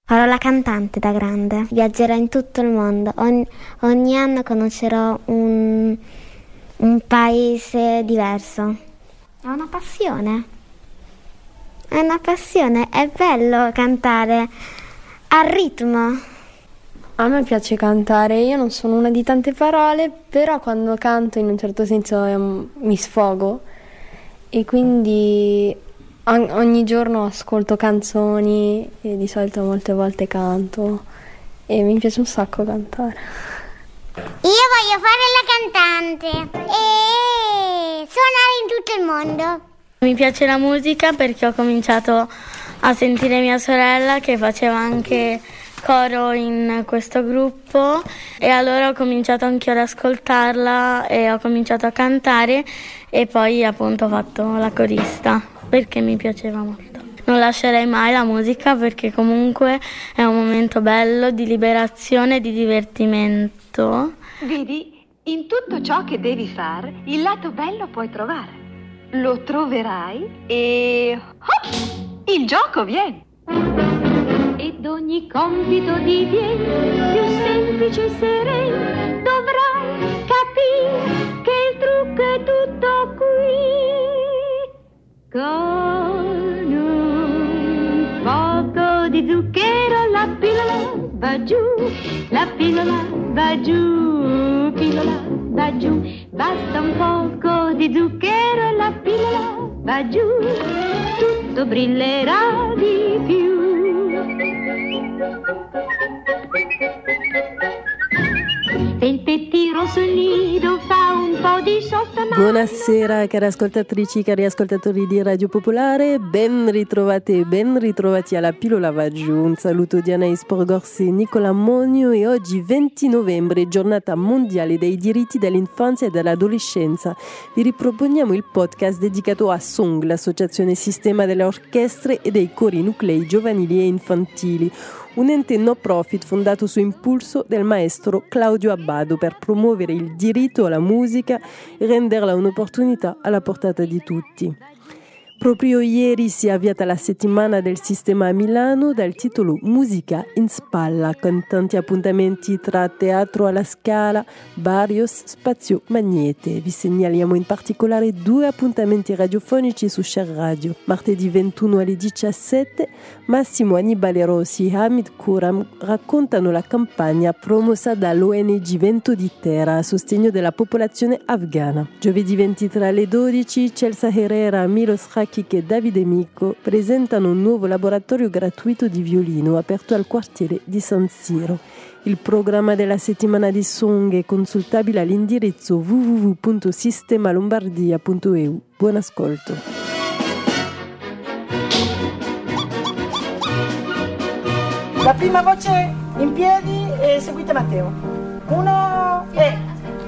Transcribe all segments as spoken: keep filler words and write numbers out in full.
Farò la cantante da grande, viaggerò in tutto il mondo, ogni, ogni anno conoscerò un, un paese diverso. È una passione, è una passione, è bello cantare al ritmo. A me piace cantare, io non sono una di tante parole, però quando canto in un certo senso eh, mi sfogo e quindi ogni giorno ascolto canzoni e di solito molte volte canto e mi piace un sacco cantare. Io voglio fare la cantante e suonare in tutto il mondo. Mi piace la musica perché ho cominciato a sentire mia sorella che faceva anche coro in questo gruppo e allora ho cominciato anch'io ad ascoltarla e ho cominciato a cantare e poi appunto ho fatto la corista perché mi piaceva molto. Non lascerei mai la musica perché comunque è un momento bello di liberazione e di divertimento. Vedi, in tutto ciò che devi fare, il lato bello puoi trovare. Lo troverai e hop, il gioco viene. Ed ogni compito diviene più semplice e sereno. Dovrai capire che il trucco è tutto qui. Con un poco di zucchero la pillola va giù, la pillola va giù, pillola va giù. Basta un poco di zucchero e la pillola va giù, tutto brillerà di più. Se il pettino sul nido fa un po' di sosta. Buonasera cari ascoltatrici, cari ascoltatori di Radio Popolare, ben ritrovate e ben ritrovati alla Pillola va giù. Un saluto di Anaïs Porgorsi e Nicola Monio e oggi venti novembre, giornata mondiale dei diritti dell'infanzia e dell'adolescenza. Vi riproponiamo il podcast dedicato a Song, l'associazione sistema delle orchestre e dei cori nuclei giovanili e infantili, un ente no profit fondato su impulso del maestro Claudio Abbado per promuovere il diritto alla musica e renderla un'opportunità alla portata di tutti. Proprio ieri si è avviata la settimana del sistema a Milano dal titolo Musica in Spalla, con tanti appuntamenti tra Teatro alla Scala, Barrios, Spazio Magnete. Vi segnaliamo in particolare due appuntamenti radiofonici su Share Radio. Martedì ventuno alle diciassette, Massimo Annibale Rossi e Hamid Kuram raccontano la campagna promossa dall'O N G Vento di Terra a sostegno della popolazione afghana. Giovedì ventitré alle dodici, Chelsea Herrera, Milos Rakic e Davide Mico presentano un nuovo laboratorio gratuito di violino aperto al quartiere di San Siro. Il programma della settimana di Song è consultabile all'indirizzo w w w punto sistema lombardia punto e u. Buon ascolto. La prima voce in piedi e seguite Matteo. Uno e...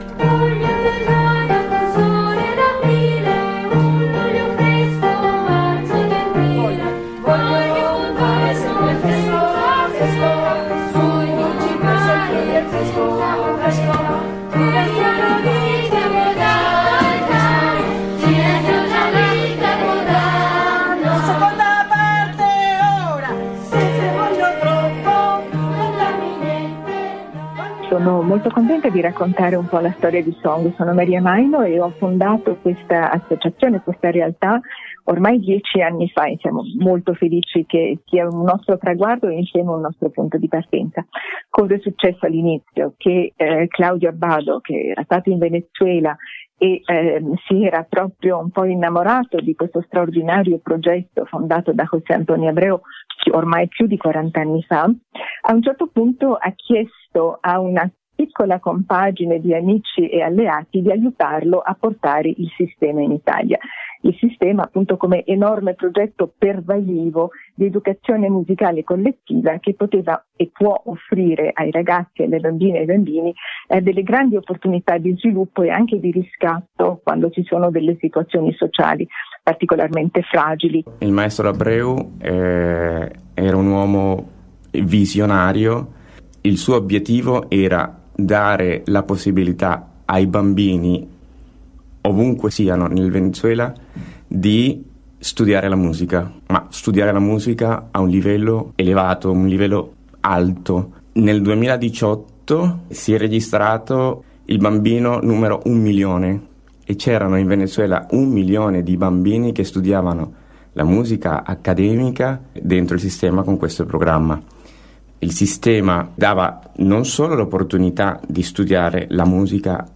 Sono molto contenta di raccontare un po' la storia di Song. Sono Maria Maino e ho fondato questa associazione, questa realtà ormai dieci anni fa e siamo molto felici che sia un nostro traguardo e insieme un nostro punto di partenza. Cosa è successo all'inizio? Che eh, Claudio Abbado, che era stato in Venezuela e eh, si era proprio un po' innamorato di questo straordinario progetto fondato da José Antonio Abreu ormai più di quaranta anni fa, a un certo punto ha chiesto a una piccola compagine di amici e alleati di aiutarlo a portare il sistema in Italia. Il sistema appunto come enorme progetto pervasivo di educazione musicale collettiva che poteva e può offrire ai ragazzi, alle bambine e ai bambini eh, delle grandi opportunità di sviluppo e anche di riscatto quando ci sono delle situazioni sociali particolarmente fragili. Il maestro Abreu eh, era un uomo visionario, il suo obiettivo era dare la possibilità ai bambini ovunque siano nel Venezuela di studiare la musica, ma studiare la musica a un livello elevato, un livello alto. Nel duemiladiciotto si è registrato il bambino numero un milione e c'erano in Venezuela un milione di bambini che studiavano la musica accademica dentro il sistema con questo programma. Il sistema dava non solo l'opportunità di studiare la musica,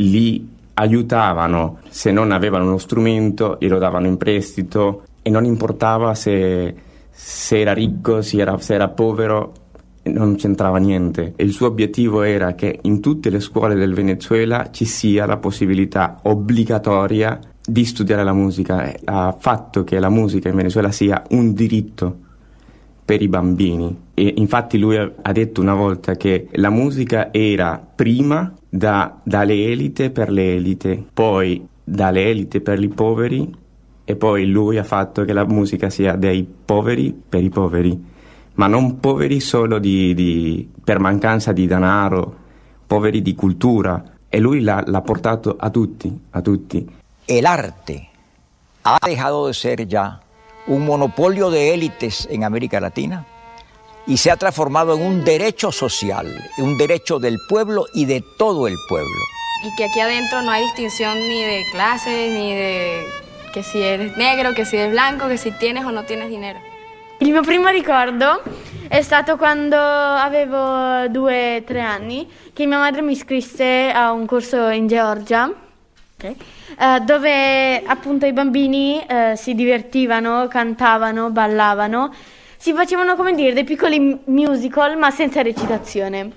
li aiutavano se non avevano uno strumento, glielo davano in prestito e non importava se, se era ricco, se era, se era povero, non c'entrava niente. E il suo obiettivo era che in tutte le scuole del Venezuela ci sia la possibilità obbligatoria di studiare la musica. Ha fatto che la musica in Venezuela sia un diritto per i bambini. E infatti lui ha detto una volta che la musica era prima da, dalle elite per le elite, poi dalle elite per i poveri, e poi lui ha fatto che la musica sia dei poveri per i poveri, ma non poveri solo di, di, per mancanza di denaro, poveri di cultura, e lui l'ha, l'ha portato a tutti, a tutti. El arte ha dejado de ser ya un monopolio de élites en América Latina y se ha transformado en un derecho social, un derecho del pueblo y de todo el pueblo. Y que aquí adentro no hay distinción ni de clases, ni de que si eres negro, que si eres blanco, que si tienes o no tienes dinero. Il mio primo ricordo è stato quando avevo due o tre anni, che mia madre mi iscrisse a un corso in Georgia, okay, uh, dove appunto i bambini uh, si divertivano, cantavano, ballavano, si facevano, come dire, dei piccoli musical ma senza recitazione.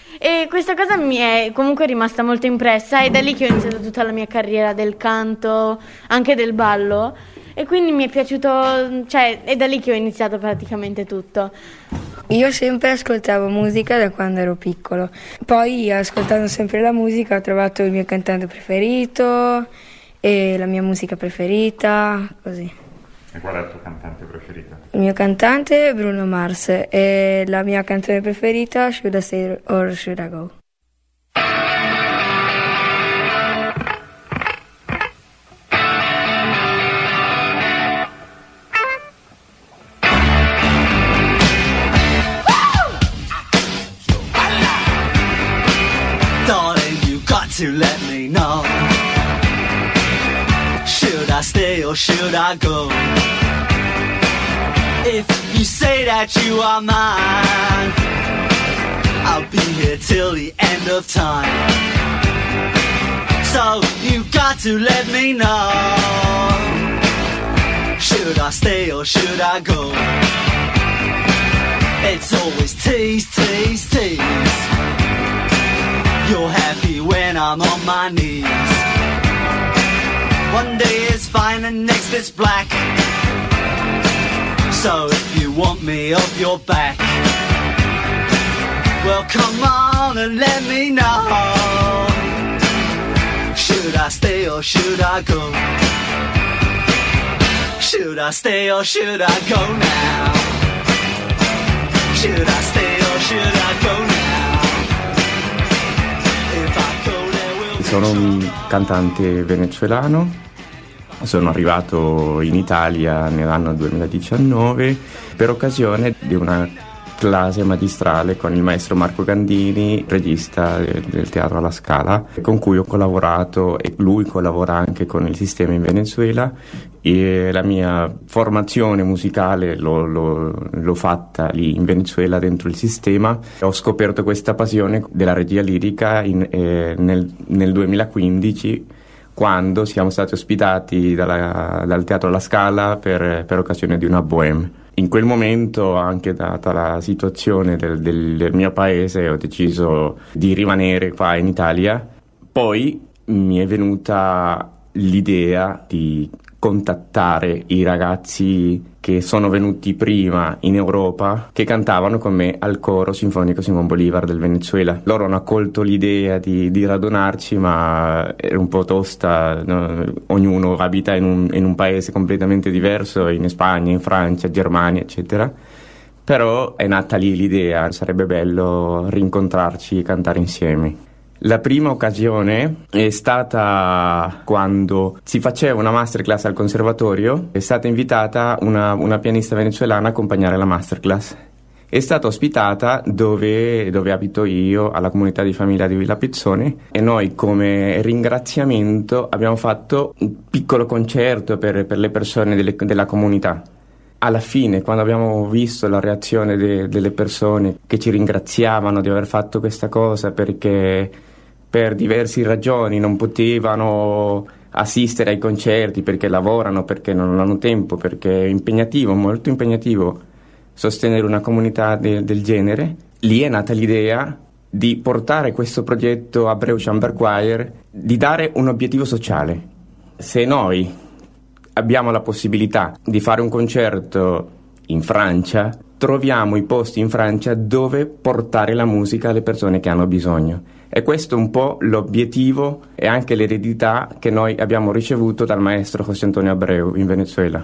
E questa cosa mi è comunque rimasta molto impressa, e da lì che ho iniziato tutta la mia carriera del canto, anche del ballo. E quindi mi è piaciuto, cioè è da lì che ho iniziato praticamente tutto. Io sempre ascoltavo musica da quando ero piccolo, poi ascoltando sempre la musica ho trovato il mio cantante preferito e la mia musica preferita, così. E qual è il tuo cantante preferito? Il mio cantante è Bruno Mars e la mia canzone preferita Should I Stay or Should I Go? To let me know, should I stay or should I go? If you say that you are mine, I'll be here till the end of time. So you got to let me know, should I stay or should I go? It's always tease, tease, tease. You're happy when I'm on my knees. One day is fine and next is black. So if you want me off your back, well come on and let me know, should I stay or should I go? Should I stay or should I go now? Should I stay or should I go now? Sono un cantante venezuelano, sono arrivato in Italia nell'anno duemiladiciannove per occasione di una classe magistrale con il maestro Marco Gandini, regista del Teatro alla Scala, con cui ho collaborato, e lui collabora anche con il sistema in Venezuela, e la mia formazione musicale l'ho, l'ho, l'ho fatta lì in Venezuela dentro il sistema. Ho scoperto questa passione della regia lirica in, eh, nel, nel duemilaquindici, quando siamo stati ospitati dalla, dal Teatro alla Scala per, per occasione di una bohème. In quel momento, anche data la situazione del, del, del mio paese, ho deciso di rimanere qua in Italia. Poi mi è venuta l'idea di contattare i ragazzi che sono venuti prima in Europa, che cantavano con me al coro sinfonico Simón Bolívar del Venezuela. Loro hanno accolto l'idea di, di radunarci, ma era un po' tosta, no? Ognuno abita in un, in un paese completamente diverso, in Spagna, in Francia, Germania, eccetera. Però è nata lì l'idea, sarebbe bello rincontrarci e cantare insieme. La prima occasione è stata quando si faceva una masterclass al conservatorio. È stata invitata una, una pianista venezuelana a accompagnare la masterclass. È stata ospitata dove, dove abito io, alla comunità di famiglia di Villa Pizzone, e noi come ringraziamento abbiamo fatto un piccolo concerto per, per le persone delle, della comunità. Alla fine, quando abbiamo visto la reazione de, delle persone che ci ringraziavano di aver fatto questa cosa perché per diverse ragioni non potevano assistere ai concerti, perché lavorano, perché non hanno tempo, perché è impegnativo, molto impegnativo sostenere una comunità de, del genere, lì è nata l'idea di portare questo progetto Abreu Chamber Choir, di dare un obiettivo sociale. Se noi abbiamo la possibilità di fare un concerto in Francia, troviamo i posti in Francia dove portare la musica alle persone che hanno bisogno. E questo è un po' l'obiettivo e anche l'eredità che noi abbiamo ricevuto dal maestro José Antonio Abreu in Venezuela.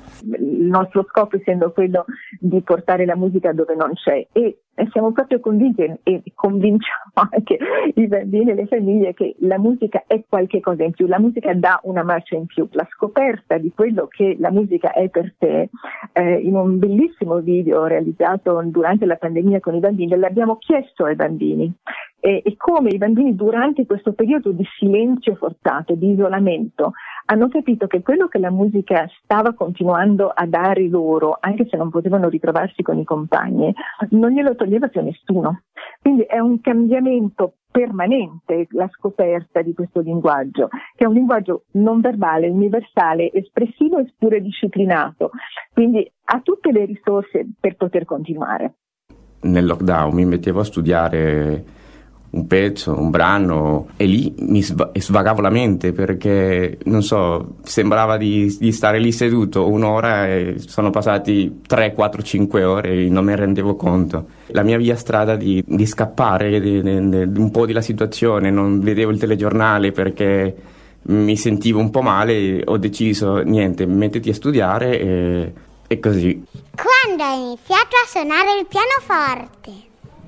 Il nostro scopo essendo quello di portare la musica dove non c'è, e siamo proprio convinti e convinciamo anche i bambini e le famiglie che la musica è qualche cosa in più, la musica dà una marcia in più. La scoperta di quello che la musica è per te, eh, in un bellissimo video realizzato durante la pandemia con i bambini, l'abbiamo chiesto ai bambini. E, e come i bambini durante questo periodo di silenzio forzato, di isolamento, hanno capito che quello che la musica stava continuando a dare loro, anche se non potevano ritrovarsi con i compagni, non glielo toglieva più nessuno. Quindi è un cambiamento permanente la scoperta di questo linguaggio, che è un linguaggio non verbale, universale, espressivo e pure disciplinato. Quindi ha tutte le risorse per poter continuare. Nel lockdown mi mettevo a studiare un pezzo, un brano, e lì mi sv- svagavo la mente, perché non so, sembrava di, di stare lì seduto un'ora e sono passati tre, quattro, cinque ore e non me ne rendevo conto. La mia via strada di, di scappare di, di, di un po' della situazione, non vedevo il telegiornale perché mi sentivo un po' male, ho deciso niente, mettiti a studiare e, e così. Quando hai iniziato a suonare il pianoforte?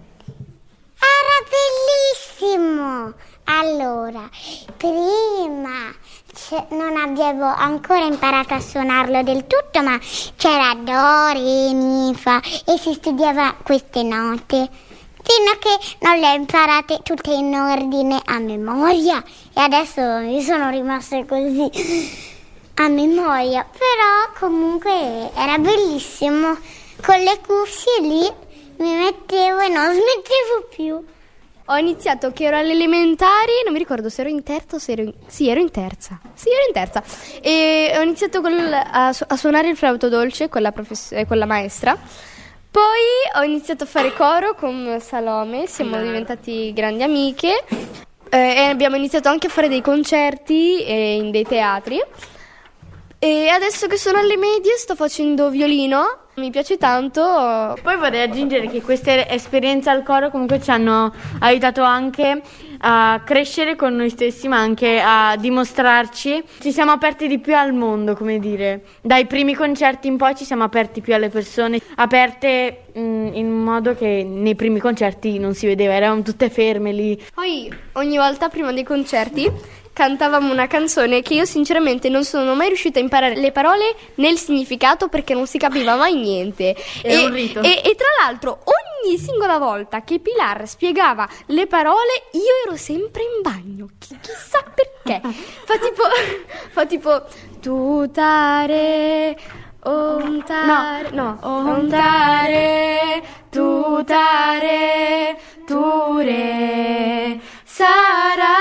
Era bellissimo! Allora, prima c- non avevo ancora imparato a suonarlo del tutto, ma c'era do, re, mi, fa e si studiava queste note, fino a che non le ho imparate tutte in ordine a memoria, e adesso mi sono rimaste così a memoria. Però comunque era bellissimo, con le cuffie lì mi mettevo e non smettevo più. Ho iniziato che ero alle elementari, non mi ricordo se ero in terza o se ero in... Sì, ero in terza. Sì, ero in terza. E ho iniziato col, a, su- a suonare il flauto dolce con la, profess- con la maestra. Poi ho iniziato a fare coro con Salome, siamo diventati grandi amiche. Eh, e abbiamo iniziato anche a fare dei concerti eh, in dei teatri. E adesso che sono alle medie sto facendo violino, mi piace tanto. Poi vorrei aggiungere che queste esperienze al coro comunque ci hanno aiutato anche a crescere con noi stessi, ma anche a dimostrarci. Ci siamo aperti di più al mondo, come dire. Dai primi concerti in poi ci siamo aperti più alle persone, aperte mh, in un modo che nei primi concerti non si vedeva, eravamo tutte ferme lì. Poi ogni volta prima dei concerti cantavamo una canzone che io sinceramente non sono mai riuscita a imparare le parole né il significato, perché non si capiva mai niente. È e, un rito. E, e tra l'altro ogni singola volta che Pilar spiegava le parole io ero sempre in bagno, Chi, chissà perché. Fa tipo fa tipo tutare ontare no, no ontare tutare ture sarà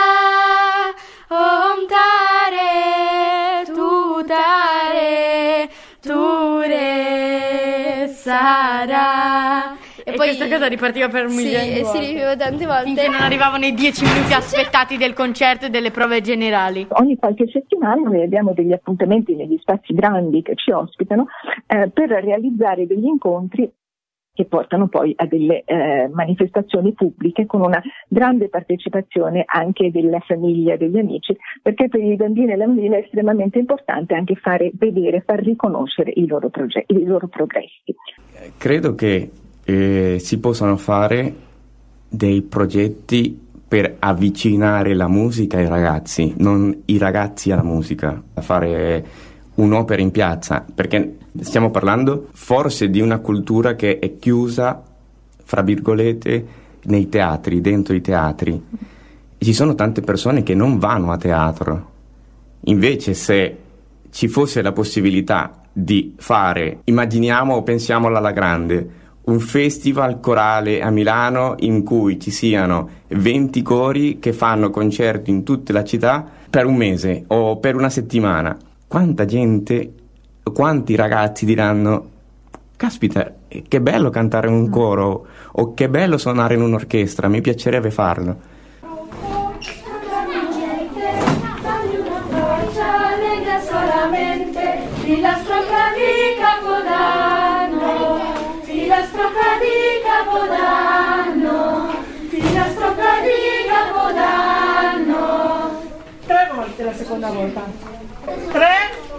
ontare tutare ture sarà. E, e poi questa cosa ripartiva per un sì, milione di volte. Si ripeteva tante volte. Finché non arrivavano i dieci minuti aspettati del concerto e delle prove generali. Ogni qualche settimana noi abbiamo degli appuntamenti negli spazi grandi che ci ospitano eh, per realizzare degli incontri che portano poi a delle eh, manifestazioni pubbliche con una grande partecipazione anche della famiglia, degli amici, perché per i bambini e le bambine è estremamente importante anche fare vedere, far riconoscere i loro, proge- i loro progressi. Credo che eh, si possano fare dei progetti per avvicinare la musica ai ragazzi, non i ragazzi alla musica, a fare un'opera in piazza, perché stiamo parlando forse di una cultura che è chiusa, fra virgolette, nei teatri, dentro i teatri. E ci sono tante persone che non vanno a teatro. Invece se ci fosse la possibilità di fare, immaginiamo o pensiamola alla grande, un festival corale a Milano in cui ci siano venti cori che fanno concerti in tutta la città per un mese o per una settimana. Quanta gente, quanti ragazzi diranno: caspita, che bello cantare in un coro, o che bello suonare in un'orchestra, mi piacerebbe farlo. Tre volte la seconda volta. Tre.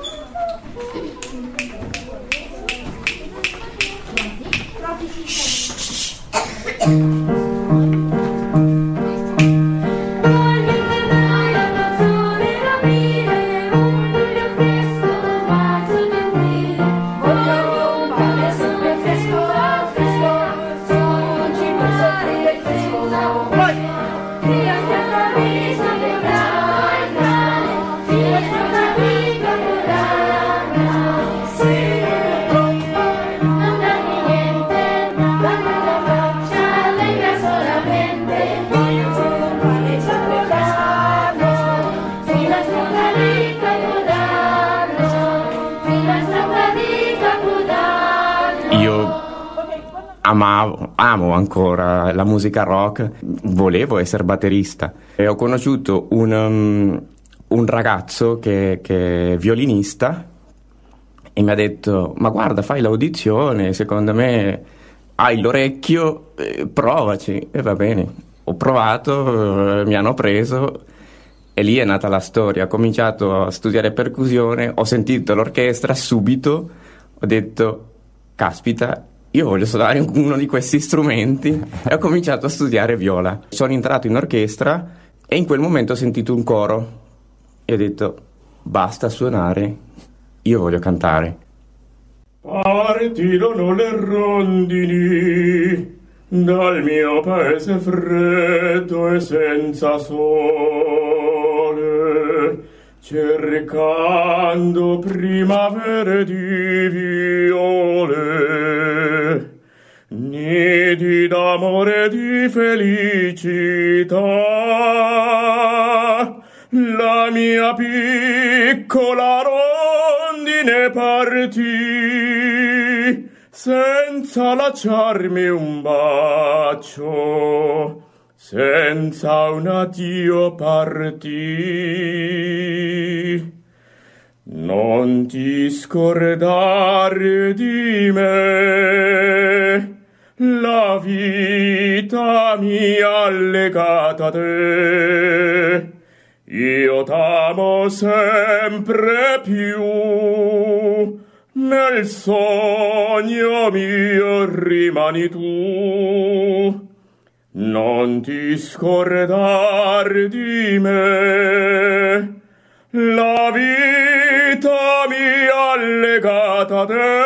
Amavo, amo ancora la musica rock, volevo essere batterista e ho conosciuto un, um, un ragazzo che, che è violinista e mi ha detto: ma guarda, fai l'audizione, secondo me hai l'orecchio, eh, provaci. E va bene, ho provato, eh, mi hanno preso e lì è nata la storia. Ho cominciato a studiare percussione, ho sentito l'orchestra subito, ho detto: caspita, io voglio suonare uno di questi strumenti, e ho cominciato a studiare viola. Sono entrato in orchestra e in quel momento ho sentito un coro e ho detto: basta suonare, io voglio cantare. Partirono le rondini dal mio paese freddo e senza sole, cercando primavere di viole, nidi d'amore e di felicità. La mia piccola rondine partì senza lasciarmi un bacio, senza un addio partì. Non ti scordare di me, la vita mia legata a te. Io t'amo sempre più, nel sogno mio rimani tu. Non ti scordar di me, la vita mia legata a te.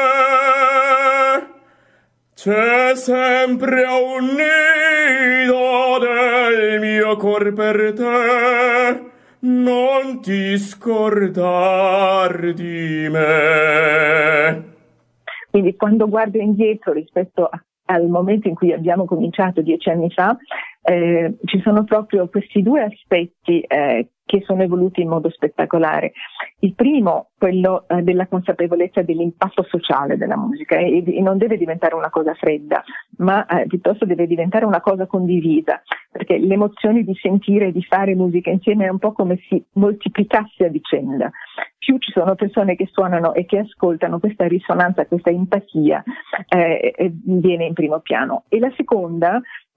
C'è sempre un nido del mio cor per te, non ti scordar di me. Quindi quando guardo indietro rispetto a, al momento in cui abbiamo cominciato dieci anni fa, eh, ci sono proprio questi due aspetti eh, che sono evoluti in modo spettacolare. Il primo, quello eh, della consapevolezza dell'impatto sociale della musica, e, e non deve diventare una cosa fredda, ma eh, piuttosto deve diventare una cosa condivisa, perché l'emozione di sentire e di fare musica insieme è un po' come si moltiplicasse a vicenda. Più ci sono persone che suonano e che ascoltano, questa risonanza, questa empatia eh, viene in primo piano. E la seconda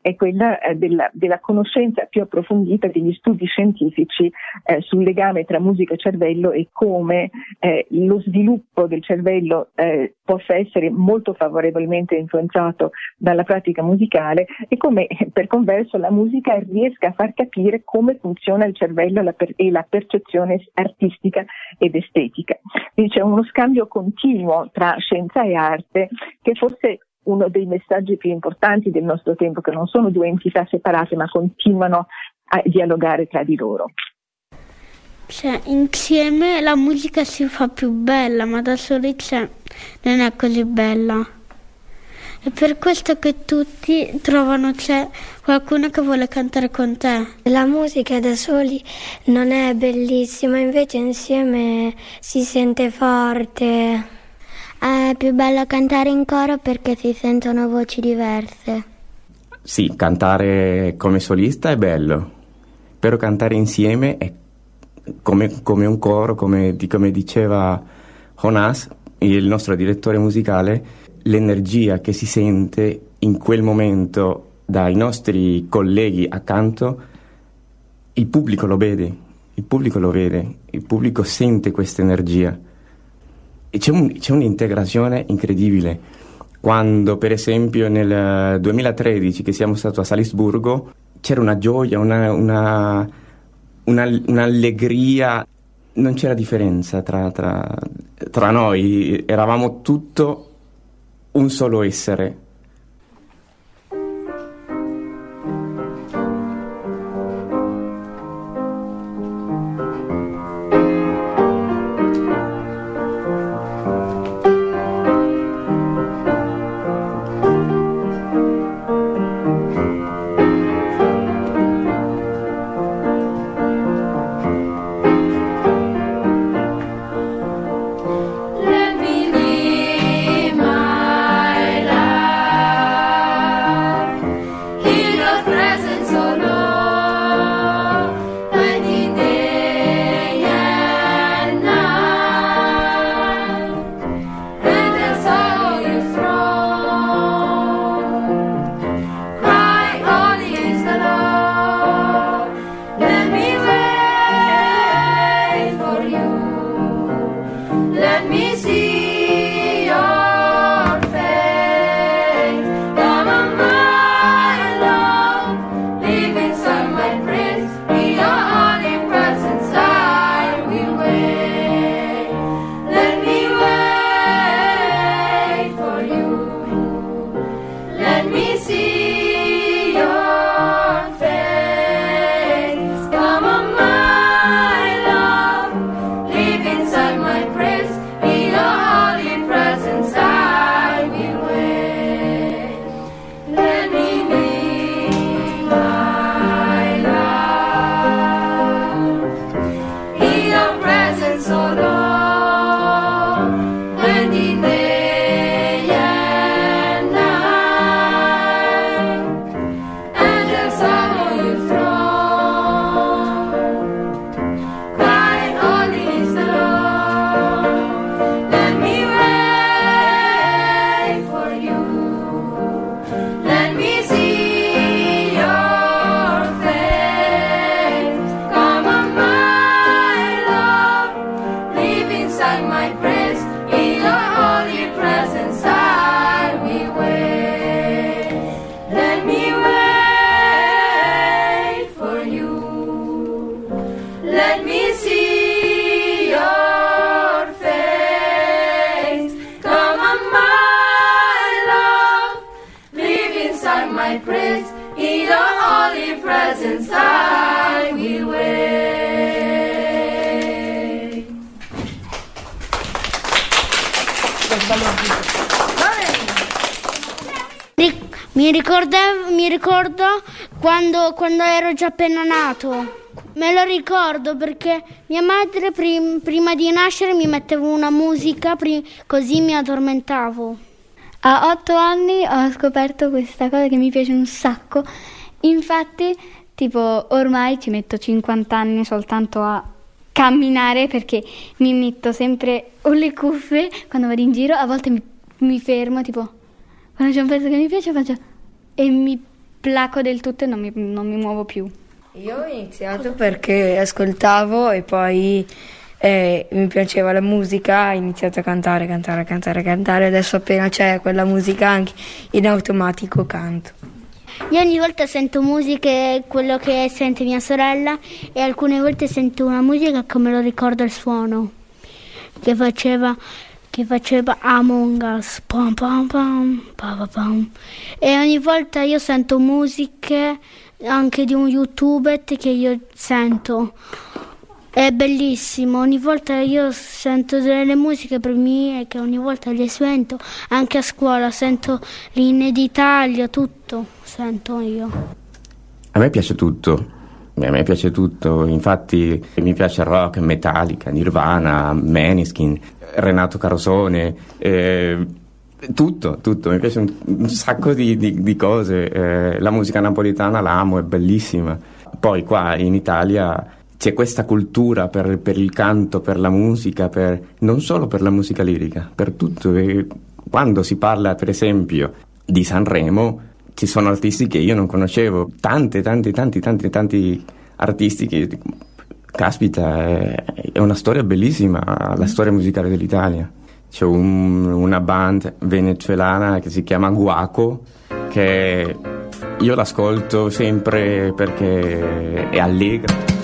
è quella eh, della, della conoscenza più approfondita degli studi scientifici eh, sul legame tra musica e cervello e come eh, lo sviluppo del cervello eh, possa essere molto favorevolmente influenzato dalla pratica musicale e come per converso la musica riesca a far capire come funziona il cervello la per- e la percezione artistica ed estetica. Quindi c'è uno scambio continuo tra scienza e arte che forse uno dei messaggi più importanti del nostro tempo, che non sono due entità separate ma continuano a dialogare tra di loro. Cioè, insieme la musica si fa più bella, ma da soli cioè, non è così bella. È per questo che tutti trovano c'è qualcuno che vuole cantare con te. La musica da soli non è bellissima, invece insieme si sente forte. È più bello cantare in coro perché si sentono voci diverse. Sì, cantare come solista è bello, però cantare insieme è come, come un coro, come, come diceva Jonas, il nostro direttore musicale, l'energia che si sente in quel momento dai nostri colleghi accanto, il pubblico lo vede, il pubblico lo vede, il pubblico sente questa energia. E c'è, un, c'è un'integrazione incredibile. Quando per esempio nel duemilatredici che siamo stati a Salisburgo c'era una gioia, una, una, una, un'allegria, non c'era differenza tra, tra, tra noi, eravamo tutto un solo essere. Mi ricordo, mi ricordo quando, quando ero già appena nato. Me lo ricordo perché mia madre prim, prima di nascere mi metteva una musica, prim, così mi addormentavo. A otto anni ho scoperto questa cosa che mi piace un sacco. Infatti, tipo, ormai ci metto cinquanta anni soltanto a camminare perché mi metto sempre o le cuffie quando vado in giro, a volte mi, mi fermo, tipo, quando c'è un pezzo che mi piace faccio e mi placo del tutto e non mi, non mi muovo più. Io ho iniziato perché ascoltavo e poi eh, mi piaceva la musica, ho iniziato a cantare, cantare, cantare, cantare, adesso appena c'è quella musica anche in automatico canto. Io ogni volta sento musiche, quello che sente mia sorella, e alcune volte sento una musica che me lo ricordo il suono, che faceva, che faceva Among Us, pam pam pam, pam pam. E ogni volta io sento musiche anche di un youtuber che io sento. È bellissimo, ogni volta io sento delle musiche per me che ogni volta le sento, anche a scuola sento l'inno d'Italia, tutto sento io. A me piace tutto, a me piace tutto, infatti mi piace il rock, Metallica, Nirvana, Maneskin, Renato Carosone, eh, tutto, tutto, mi piace un, un sacco di, di, di cose, eh, la musica napoletana l'amo, è bellissima. Poi qua in Italia c'è questa cultura per, per il canto, per la musica, per, non solo per la musica lirica, per tutto. E quando si parla, per esempio, di Sanremo, ci sono artisti che io non conoscevo, tante, tanti, tanti, tanti, tanti artisti che, caspita, è, è una storia bellissima, la storia musicale dell'Italia. C'è un, una band venezuelana che si chiama Guaco, che io l'ascolto sempre perché è allegra.